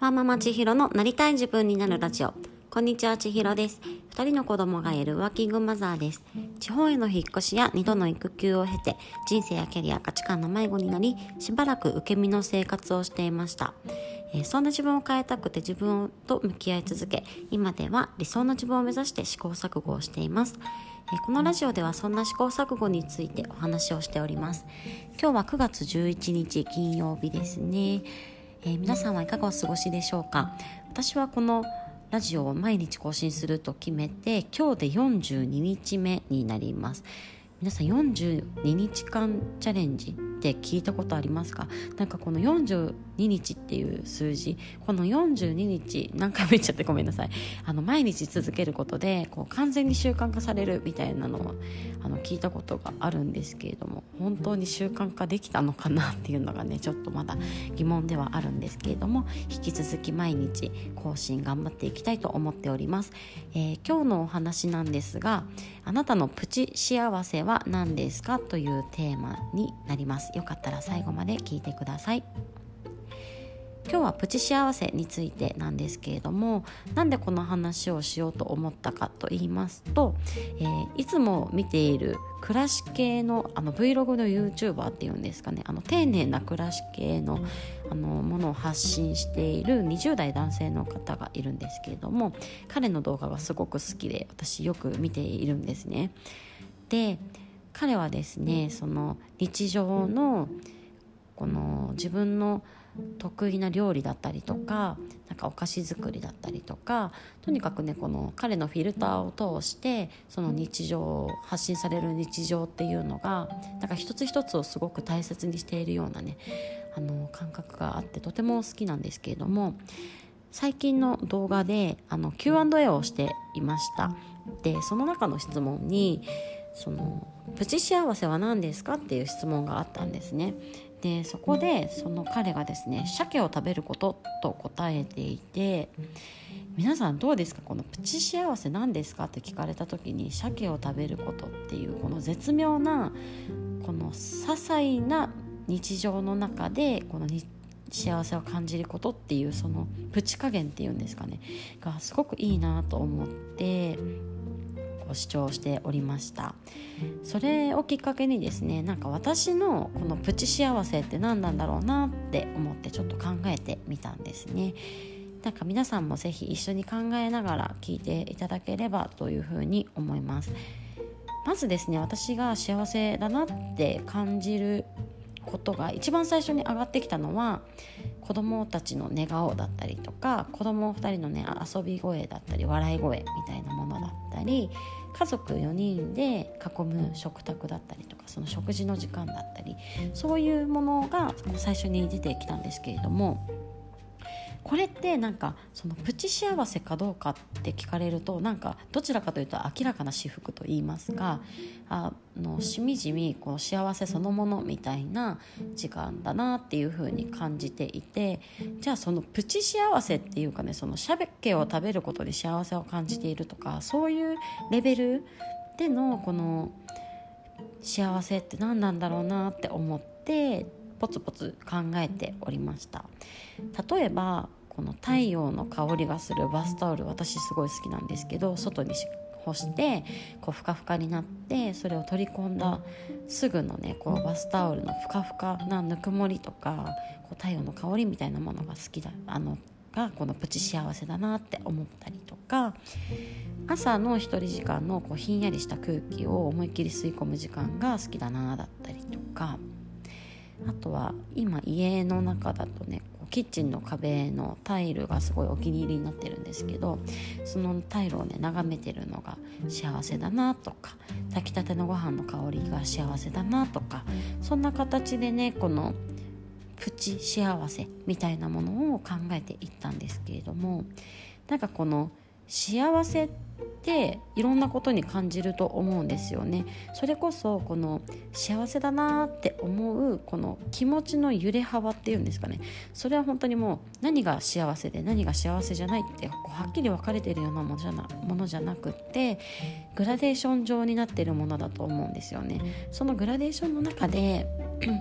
ワーママ千尋のなりたい自分になるラジオ。こんにちは、千尋です。2人の子供がいるワーキングマザーです。地方への引っ越しや2度の育休を経て、人生やキャリア、価値観の迷子になり、しばらく受け身の生活をしていました。そんな自分を変えたくて自分と向き合い続け、今では理想の自分を目指して試行錯誤をしています。このラジオではそんな試行錯誤についてお話をしております。今日は9月11日金曜日ですね。皆さんはいかがお過ごしでしょうか。私はこのラジオを毎日更新すると決めて、今日で42日目になります。皆さん42日間チャレンジって聞いたことありますか？なんかこの42日っていう数字、この42日何回も言っちゃってごめんなさい。毎日続けることで完全に習慣化されるみたいなのを聞いたことがあるんですけれども、本当に習慣化できたのかなっていうのがね、ちょっとまだ疑問ではあるんですけれども、引き続き毎日更新頑張っていきたいと思っております。今日のお話なんですが、あなたのプチ幸せは何ですかというテーマになります。よかったら最後まで聞いてください。今日はプチ幸せについてなんですけれども、なんでこの話をしようと思ったかと言いますと、いつも見ている暮らし系のVlog の YouTuber っていうんですかね、丁寧な暮らし系のものを発信している20代男性の方がいるんですけれども、彼の動画がすごく好きで私よく見ているんですね。で、彼はですね、その日常のこの自分の得意な料理だったりとか、なんかお菓子作りだったりとか、とにかくね、この彼のフィルターを通してその日常発信される日常っていうのが、なんか一つ一つをすごく大切にしているようなね、感覚があってとても好きなんですけれども、最近の動画でQ&A をしていました。で、その中の質問にプチ幸せは何ですかっていう質問があったんですね。で、そこでその彼がですね、鮭を食べることと答えていて、皆さんどうですか？このプチ幸せ何ですかって聞かれた時に、鮭を食べることっていうこの絶妙なこの些細な日常の中でこの幸せを感じることっていう、そのプチ加減っていうんですかね、がすごくいいなと思って主張しておりました。それをきっかけにですね、なんか私のこのプチ幸せって何なんだろうなって思ってちょっと考えてみたんですね。なんか皆さんもぜひ一緒に考えながら聞いていただければというふうに思います。まずですね、私が幸せだなって感じることが一番最初に上がってきたのは、子供たちの寝顔だったりとか、子供2人のね、遊び声だったり笑い声みたいなものだったり、家族4人で囲む食卓だったりとか、その食事の時間だったり、そういうものが最初に出てきたんですけれども、これってなんかそのプチ幸せかどうかって聞かれると、なんかどちらかというと明らかな私服と言いますか、しみじみ幸せそのものみたいな時間だなっていう風に感じていて、じゃあそのプチ幸せっていうかね、その鮭を食べることで幸せを感じているとか、そういうレベルでのこの幸せって何なんだろうなって思ってポツポツ考えておりました。例えばこの太陽の香りがするバスタオル、私すごい好きなんですけど、外に干してふかふかになって、それを取り込んだすぐのね、バスタオルのふかふかなぬくもりとか、太陽の香りみたいなものが好きだがこのプチ幸せだなって思ったりとか、朝の一人時間のひんやりした空気を思いっきり吸い込む時間が好きだなだったりとか、あとは今家の中だとね、キッチンの壁のタイルがすごいお気に入りになってるんですけど、そのタイルをね眺めてるのが幸せだなとか、炊きたてのご飯の香りが幸せだなとか、そんな形でね、このプチ幸せみたいなものを考えていったんですけれども、なんかこの幸せっていろんなことに感じると思うんですよね。それこそこの幸せだなって思うこの気持ちの揺れ幅っていうんですかね、それは本当にもう何が幸せで何が幸せじゃないってはっきり分かれているようなものじゃなくって、グラデーション状になっているものだと思うんですよね。そのグラデーションの中で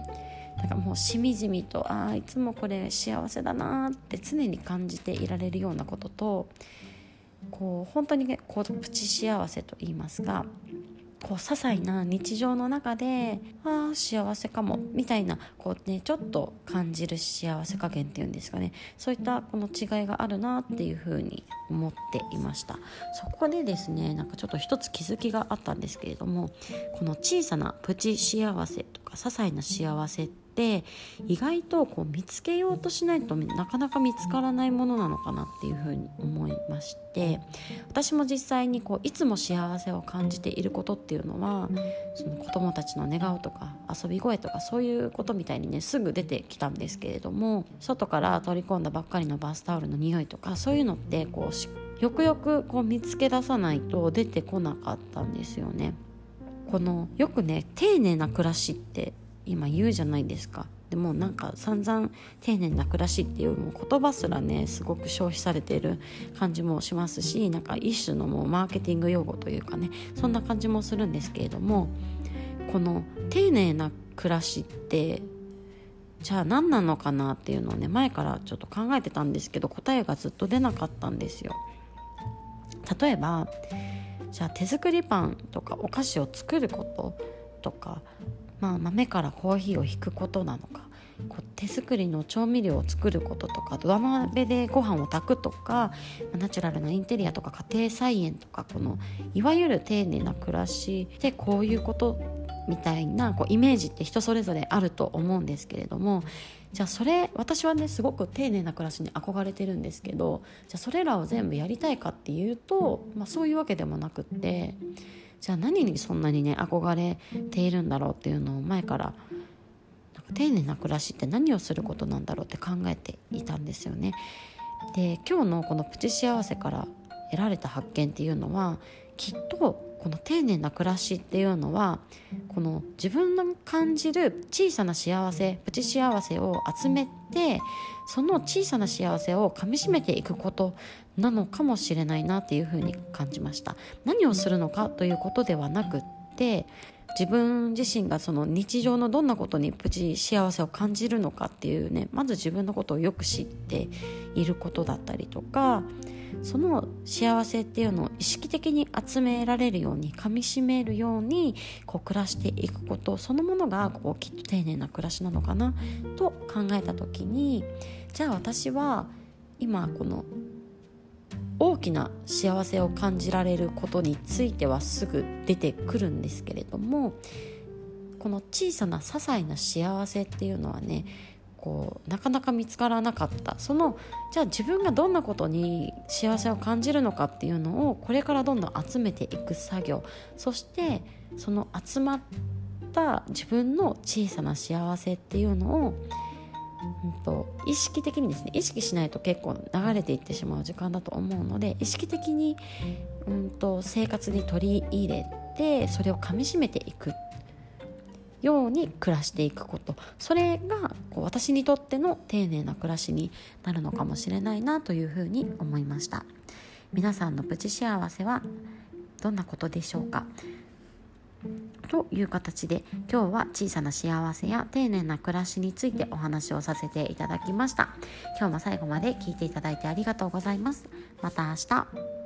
なんかもうしみじみといつもこれ幸せだなって常に感じていられるようなことと、こう本当にねこうプチ幸せと言いますか、こう些細な日常の中で幸せかもみたいなこう、ね、ちょっと感じる幸せ加減っていうんですかね、そういったこの違いがあるなっていうふうに思っていました。そこでですね、なんかちょっと一つ気づきがあったんですけれども、この小さなプチ幸せとか些細な幸せって意外とこう見つけようとしないとなかなか見つからないものなのかなっていうふうに思いまして、私も実際にこういつも幸せを感じていることっていうのは、その子供たちの寝顔とか遊び声とかそういうことみたいにねすぐ出てきたんですけれども、外から取り込んだばっかりのバスタオルの匂いとかそういうのってこうよくよくこう見つけ出さないと出てこなかったんですよね。このよくね丁寧な暮らしって今言うじゃないですか。でもなんか散々丁寧な暮らしっていう言葉すらねすごく消費されている感じもしますし、なんか一種のもうマーケティング用語というかね、そんな感じもするんですけれども、この丁寧な暮らしってじゃあ何なのかなっていうのをね前からちょっと考えてたんですけど、答えがずっと出なかったんですよ。例えばじゃあ手作りパンとかお菓子を作ることとか、豆からコーヒーをひくことなのか、手作りの調味料を作ることとか、土鍋でご飯を炊くとか、ナチュラルなインテリアとか家庭菜園とか、このいわゆる丁寧な暮らしでこういうことみたいなイメージって人それぞれあると思うんですけれども、じゃあ私はねすごく丁寧な暮らしに憧れてるんですけど、じゃあそれらを全部やりたいかっていうと、そういうわけでもなくって、じゃあ何にそんなにね憧れているんだろうっていうのを前から丁寧な暮らしって何をすることなんだろうって考えていたんですよね。で今日のこのプチ幸せから得られた発見っていうのは、きっとこの丁寧な暮らしっていうのはこの自分の感じる小さな幸せ、プチ幸せを集めて、その小さな幸せをかみしめていくことなのかもしれないなっていうふうに感じました。何をするのかということではなくって、自分自身がその日常のどんなことにプチ幸せを感じるのかっていうね、まず自分のことをよく知っていることだったりとか、その幸せっていうのを意識的に集められるように、かみしめるように暮らしていくことそのものがきっと丁寧な暮らしなのかなと考えた時に、じゃあ私は今この大きな幸せを感じられることについてはすぐ出てくるんですけれども、この小さな些細な幸せっていうのはねなかなか見つからなかった。じゃあ自分がどんなことに幸せを感じるのかっていうのをこれからどんどん集めていく作業、そしてその集まった自分の小さな幸せっていうのを意識的にですね、意識しないと結構流れていってしまう時間だと思うので、意識的に生活に取り入れてそれをかみしめていくように暮らしていくこと、それが私にとっての丁寧な暮らしになるのかもしれないなというふうに思いました。皆さんのプチ幸せはどんなことでしょうかという形で、今日は小さな幸せや丁寧な暮らしについてお話をさせていただきました。今日も最後まで聞いていただいてありがとうございます。また明日。